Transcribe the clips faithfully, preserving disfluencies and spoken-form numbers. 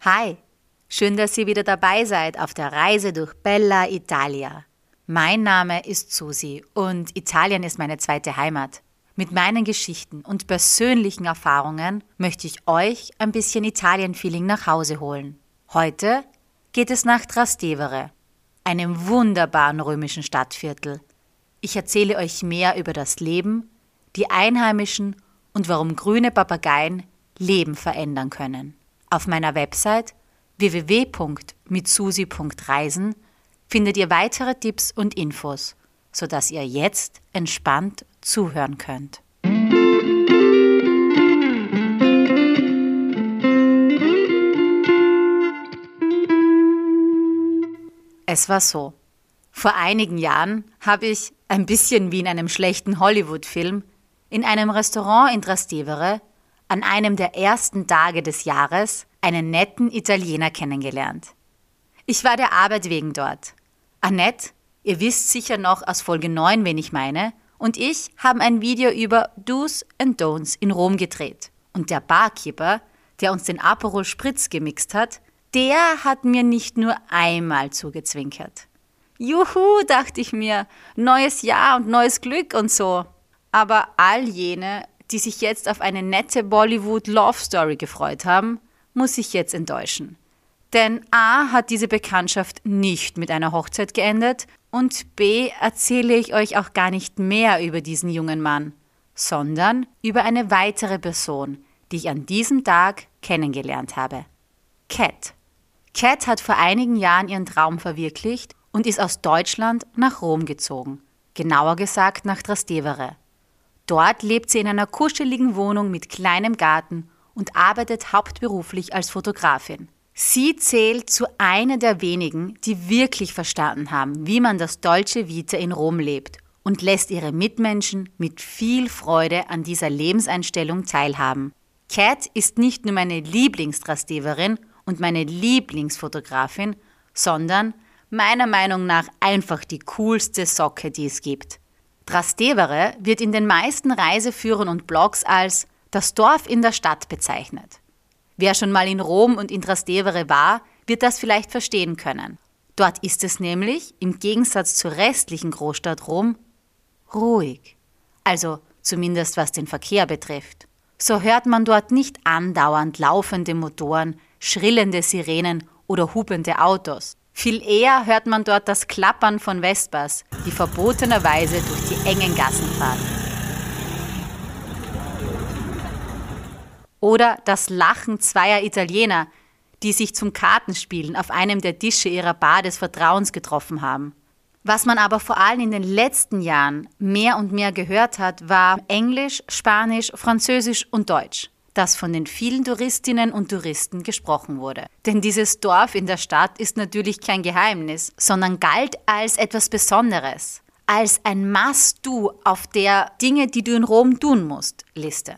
Hi, schön, dass ihr wieder dabei seid auf der Reise durch Bella Italia. Mein Name ist Susi und Italien ist meine zweite Heimat. Mit meinen Geschichten und persönlichen Erfahrungen möchte ich euch ein bisschen Italien-Feeling nach Hause holen. Heute geht es nach Trastevere, einem wunderbaren römischen Stadtviertel. Ich erzähle euch mehr über das Leben, die Einheimischen und warum grüne Papageien Leben verändern können. Auf meiner Website w w w punkt mitsusi punkt reisen findet ihr weitere Tipps und Infos, sodass ihr jetzt entspannt zuhören könnt. Es war so. Vor einigen Jahren habe ich, ein bisschen wie in einem schlechten Hollywood-Film, in einem Restaurant in Trastevere an einem der ersten Tage des Jahres einen netten Italiener kennengelernt. Ich war der Arbeit wegen dort. Annette, ihr wisst sicher noch aus Folge neun, wen ich meine, und ich haben ein Video über Do's and Don'ts in Rom gedreht. Und der Barkeeper, der uns den Aperol Spritz gemixt hat, der hat mir nicht nur einmal zugezwinkert. Juhu, dachte ich mir, neues Jahr und neues Glück und so. Aber all jene, die sich jetzt auf eine nette Bollywood-Love-Story gefreut haben, muss ich jetzt enttäuschen. Denn A hat diese Bekanntschaft nicht mit einer Hochzeit geendet und B erzähle ich euch auch gar nicht mehr über diesen jungen Mann, sondern über eine weitere Person, die ich an diesem Tag kennengelernt habe. Cat. Cat hat vor einigen Jahren ihren Traum verwirklicht und ist aus Deutschland nach Rom gezogen, genauer gesagt nach Trastevere. Dort lebt sie in einer kuscheligen Wohnung mit kleinem Garten und arbeitet hauptberuflich als Fotografin. Sie zählt zu einer der wenigen, die wirklich verstanden haben, wie man das Dolce Vita in Rom lebt und lässt ihre Mitmenschen mit viel Freude an dieser Lebenseinstellung teilhaben. Cat ist nicht nur meine Lieblingstrasteverin und meine Lieblingsfotografin, sondern meiner Meinung nach einfach die coolste Socke, die es gibt. Trastevere wird in den meisten Reiseführern und Blogs als das Dorf in der Stadt bezeichnet. Wer schon mal in Rom und in Trastevere war, wird das vielleicht verstehen können. Dort ist es nämlich, im Gegensatz zur restlichen Großstadt Rom, ruhig. Also zumindest was den Verkehr betrifft. So hört man dort nicht andauernd laufende Motoren, schrillende Sirenen oder hupende Autos. Viel eher hört man dort das Klappern von Vespas, die verbotenerweise durch die engen Gassen fahren. Oder das Lachen zweier Italiener, die sich zum Kartenspielen auf einem der Tische ihrer Bar des Vertrauens getroffen haben. Was man aber vor allem in den letzten Jahren mehr und mehr gehört hat, war Englisch, Spanisch, Französisch und Deutsch, das von den vielen Touristinnen und Touristen gesprochen wurde. Denn dieses Dorf in der Stadt ist natürlich kein Geheimnis, sondern galt als etwas Besonderes, als ein Must-Do auf der Dinge, die du in Rom tun musst, Liste.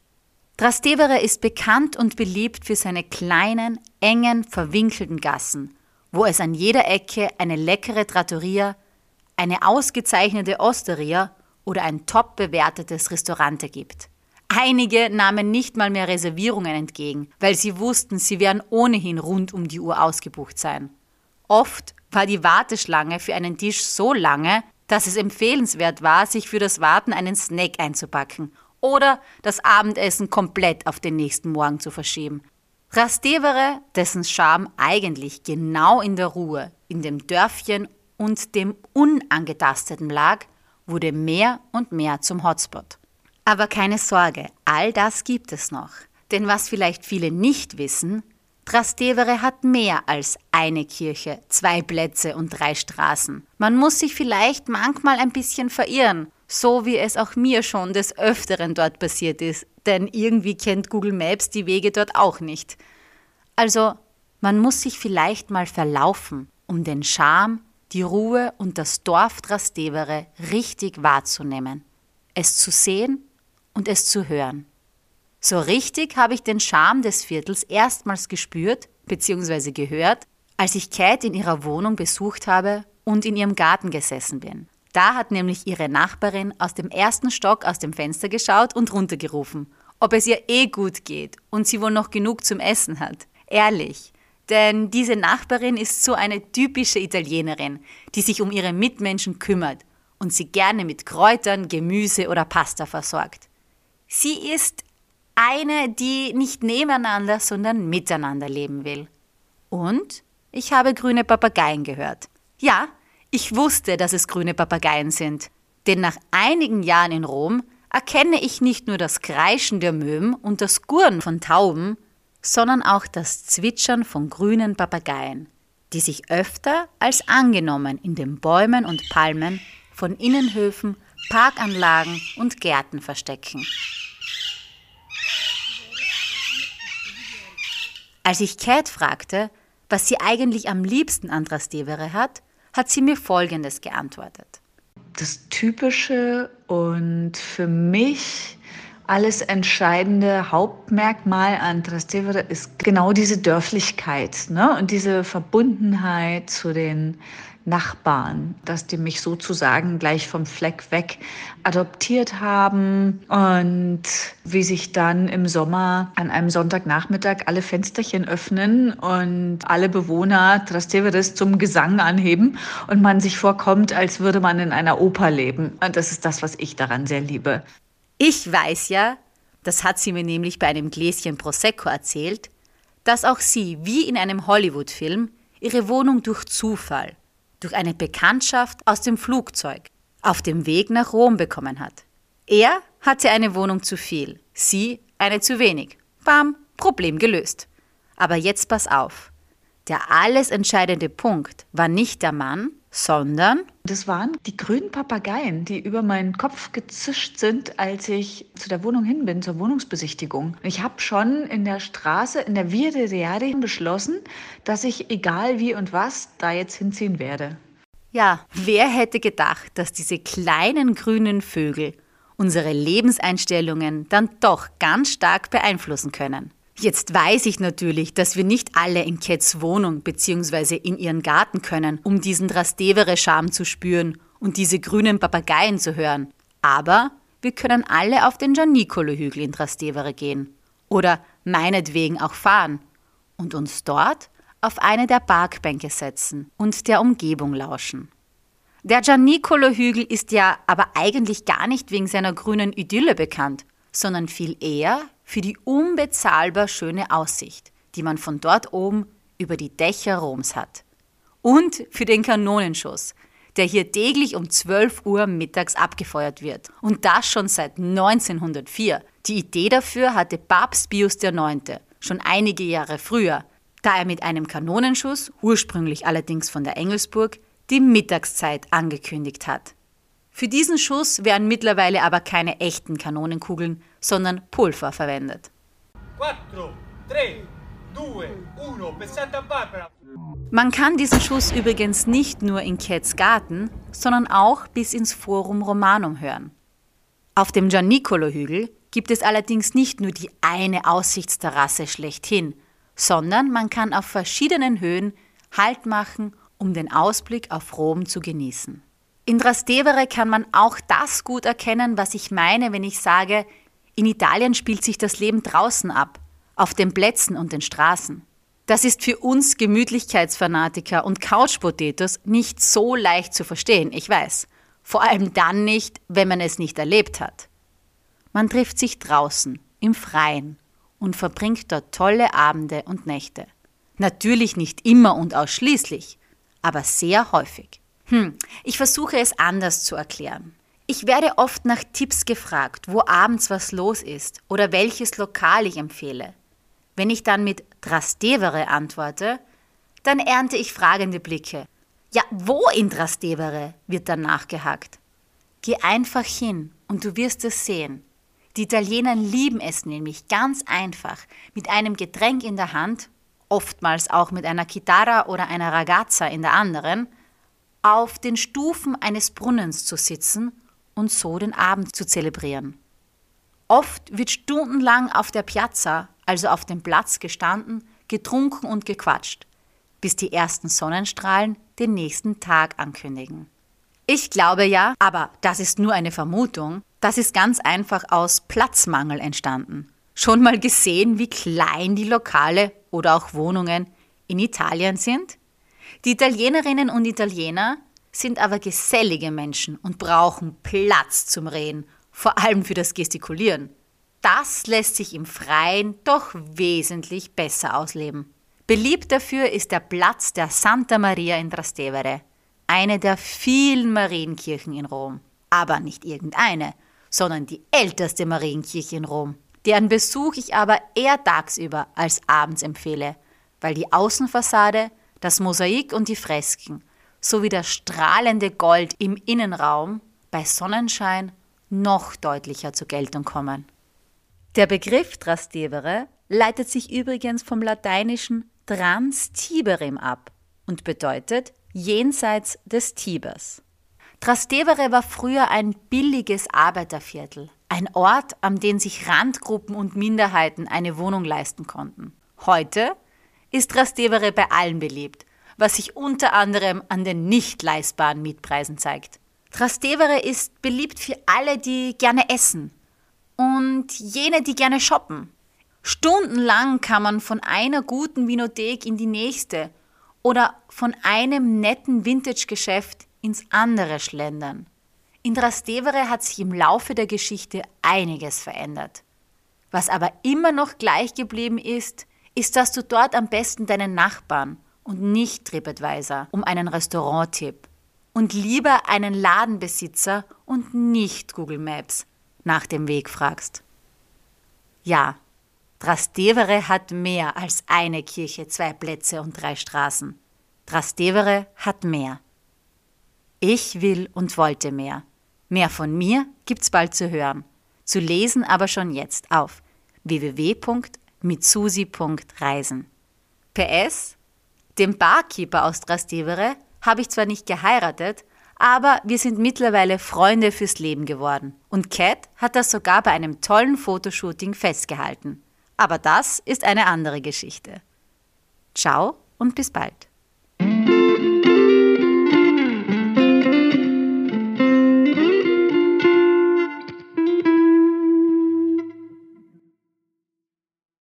Trastevere ist bekannt und beliebt für seine kleinen, engen, verwinkelten Gassen, wo es an jeder Ecke eine leckere Trattoria, eine ausgezeichnete Osteria oder ein top bewertetes Restaurant gibt. Einige nahmen nicht mal mehr Reservierungen entgegen, weil sie wussten, sie werden ohnehin rund um die Uhr ausgebucht sein. Oft war die Warteschlange für einen Tisch so lange, dass es empfehlenswert war, sich für das Warten einen Snack einzupacken oder das Abendessen komplett auf den nächsten Morgen zu verschieben. Trastevere, dessen Charme eigentlich genau in der Ruhe, in dem Dörfchen und dem Unangetasteten lag, wurde mehr und mehr zum Hotspot. Aber keine Sorge, all das gibt es noch. Denn was vielleicht viele nicht wissen, Trastevere hat mehr als eine Kirche, zwei Plätze und drei Straßen. Man muss sich vielleicht manchmal ein bisschen verirren, so wie es auch mir schon des Öfteren dort passiert ist, denn irgendwie kennt Google Maps die Wege dort auch nicht. Also, man muss sich vielleicht mal verlaufen, um den Charme, die Ruhe und das Dorf Trastevere richtig wahrzunehmen, es zu sehen und es zu hören. So richtig habe ich den Charme des Viertels erstmals gespürt bzw. gehört, als ich Cat in ihrer Wohnung besucht habe und in ihrem Garten gesessen bin. Da hat nämlich ihre Nachbarin aus dem ersten Stock aus dem Fenster geschaut und runtergerufen, ob es ihr eh gut geht und sie wohl noch genug zum Essen hat. Ehrlich, denn diese Nachbarin ist so eine typische Italienerin, die sich um ihre Mitmenschen kümmert und sie gerne mit Kräutern, Gemüse oder Pasta versorgt. Sie ist eine, die nicht nebeneinander, sondern miteinander leben will. Und ich habe grüne Papageien gehört. Ja, ich wusste, dass es grüne Papageien sind, denn nach einigen Jahren in Rom erkenne ich nicht nur das Kreischen der Möwen und das Gurren von Tauben, sondern auch das Zwitschern von grünen Papageien, die sich öfter als angenommen in den Bäumen und Palmen von Innenhöfen, Parkanlagen und Gärten verstecken. Als ich Cat fragte, was sie eigentlich am liebsten an Trastevere hat, hat sie mir Folgendes geantwortet. Das typische und für mich alles entscheidende Hauptmerkmal an Trastevere ist genau diese Dörflichkeit, ne? Und diese Verbundenheit zu den Nachbarn, dass die mich sozusagen gleich vom Fleck weg adoptiert haben und wie sich dann im Sommer an einem Sonntagnachmittag alle Fensterchen öffnen und alle Bewohner Trasteveres zum Gesang anheben und man sich vorkommt, als würde man in einer Oper leben. Und das ist das, was ich daran sehr liebe. Ich weiß ja, das hat sie mir nämlich bei einem Gläschen Prosecco erzählt, dass auch sie, wie in einem Hollywood-Film, ihre Wohnung durch Zufall, durch eine Bekanntschaft aus dem Flugzeug, auf dem Weg nach Rom bekommen hat. Er hatte eine Wohnung zu viel, sie eine zu wenig. Bam, Problem gelöst. Aber jetzt pass auf. Der alles entscheidende Punkt war nicht der Mann, sondern das waren die grünen Papageien, die über meinen Kopf gezischt sind, als ich zu der Wohnung hin bin, zur Wohnungsbesichtigung. Ich habe schon in der Straße, in der Via de' Reali beschlossen, dass ich, egal wie und was, da jetzt hinziehen werde. Ja, wer hätte gedacht, dass diese kleinen grünen Vögel unsere Lebenseinstellungen dann doch ganz stark beeinflussen können? Jetzt weiß ich natürlich, dass wir nicht alle in Cats Wohnung bzw. in ihren Garten können, um diesen Trastevere-Charme zu spüren und diese grünen Papageien zu hören. Aber wir können alle auf den Gianicolo-Hügel in Trastevere gehen oder meinetwegen auch fahren und uns dort auf eine der Parkbänke setzen und der Umgebung lauschen. Der Gianicolo-Hügel ist ja aber eigentlich gar nicht wegen seiner grünen Idylle bekannt, sondern viel eher für die unbezahlbar schöne Aussicht, die man von dort oben über die Dächer Roms hat. Und für den Kanonenschuss, der hier täglich um zwölf Uhr mittags abgefeuert wird. Und das schon seit neunzehnhundertvier. Die Idee dafür hatte Papst Pius der Neunte, schon einige Jahre früher, da er mit einem Kanonenschuss, ursprünglich allerdings von der Engelsburg, die Mittagszeit angekündigt hat. Für diesen Schuss werden mittlerweile aber keine echten Kanonenkugeln, sondern Pulver verwendet. quattro, tre, due, uno, per Santa Barbara. Man kann diesen Schuss übrigens nicht nur in Cats Garten, sondern auch bis ins Forum Romanum hören. Auf dem Gianicolo-Hügel gibt es allerdings nicht nur die eine Aussichtsterrasse schlechthin, sondern man kann auf verschiedenen Höhen Halt machen, um den Ausblick auf Rom zu genießen. In Trastevere kann man auch das gut erkennen, was ich meine, wenn ich sage, in Italien spielt sich das Leben draußen ab, auf den Plätzen und den Straßen. Das ist für uns Gemütlichkeitsfanatiker und Couch-Potatoes nicht so leicht zu verstehen, ich weiß. Vor allem dann nicht, wenn man es nicht erlebt hat. Man trifft sich draußen, im Freien und verbringt dort tolle Abende und Nächte. Natürlich nicht immer und ausschließlich, aber sehr häufig. Hm, ich versuche es anders zu erklären. Ich werde oft nach Tipps gefragt, wo abends was los ist oder welches Lokal ich empfehle. Wenn ich dann mit Trastevere antworte, dann ernte ich fragende Blicke. Ja, wo in Trastevere? Wird dann nachgehakt. Geh einfach hin und du wirst es sehen. Die Italiener lieben es nämlich ganz einfach, mit einem Getränk in der Hand, oftmals auch mit einer Chitarra oder einer Ragazza in der anderen, auf den Stufen eines Brunnens zu sitzen und so den Abend zu zelebrieren. Oft wird stundenlang auf der Piazza, also auf dem Platz, gestanden, getrunken und gequatscht, bis die ersten Sonnenstrahlen den nächsten Tag ankündigen. Ich glaube ja, aber das ist nur eine Vermutung, das ist ganz einfach aus Platzmangel entstanden. Schon mal gesehen, wie klein die Lokale oder auch Wohnungen in Italien sind? Die Italienerinnen und Italiener sind aber gesellige Menschen und brauchen Platz zum Reden, vor allem für das Gestikulieren. Das lässt sich im Freien doch wesentlich besser ausleben. Beliebt dafür ist der Platz der Santa Maria in Trastevere, eine der vielen Marienkirchen in Rom. Aber nicht irgendeine, sondern die älteste Marienkirche in Rom, deren Besuch ich aber eher tagsüber als abends empfehle, weil die Außenfassade, das Mosaik und die Fresken sowie das strahlende Gold im Innenraum bei Sonnenschein noch deutlicher zur Geltung kommen. Der Begriff Trastevere leitet sich übrigens vom lateinischen trans Tiberim ab und bedeutet jenseits des Tibers. Trastevere war früher ein billiges Arbeiterviertel, ein Ort, an dem sich Randgruppen und Minderheiten eine Wohnung leisten konnten. Heute ist Trastevere bei allen beliebt, was sich unter anderem an den nicht leistbaren Mietpreisen zeigt. Trastevere ist beliebt für alle, die gerne essen und jene, die gerne shoppen. Stundenlang kann man von einer guten Vinothek in die nächste oder von einem netten Vintage-Geschäft ins andere schlendern. In Trastevere hat sich im Laufe der Geschichte einiges verändert. Was aber immer noch gleich geblieben ist, ist, dass du dort am besten deinen Nachbarn und nicht TripAdvisor um einen Restaurant-Tipp und lieber einen Ladenbesitzer und nicht Google Maps nach dem Weg fragst. Ja, Trastevere hat mehr als eine Kirche, zwei Plätze und drei Straßen. Trastevere hat mehr. Ich will und wollte mehr. Mehr von mir gibt's bald zu hören. Zu lesen aber schon jetzt auf w w w punkt mitsusi punkt reisen. P S: Den Barkeeper aus Trastevere habe ich zwar nicht geheiratet, aber wir sind mittlerweile Freunde fürs Leben geworden. Und Kat hat das sogar bei einem tollen Fotoshooting festgehalten. Aber das ist eine andere Geschichte. Ciao und bis bald.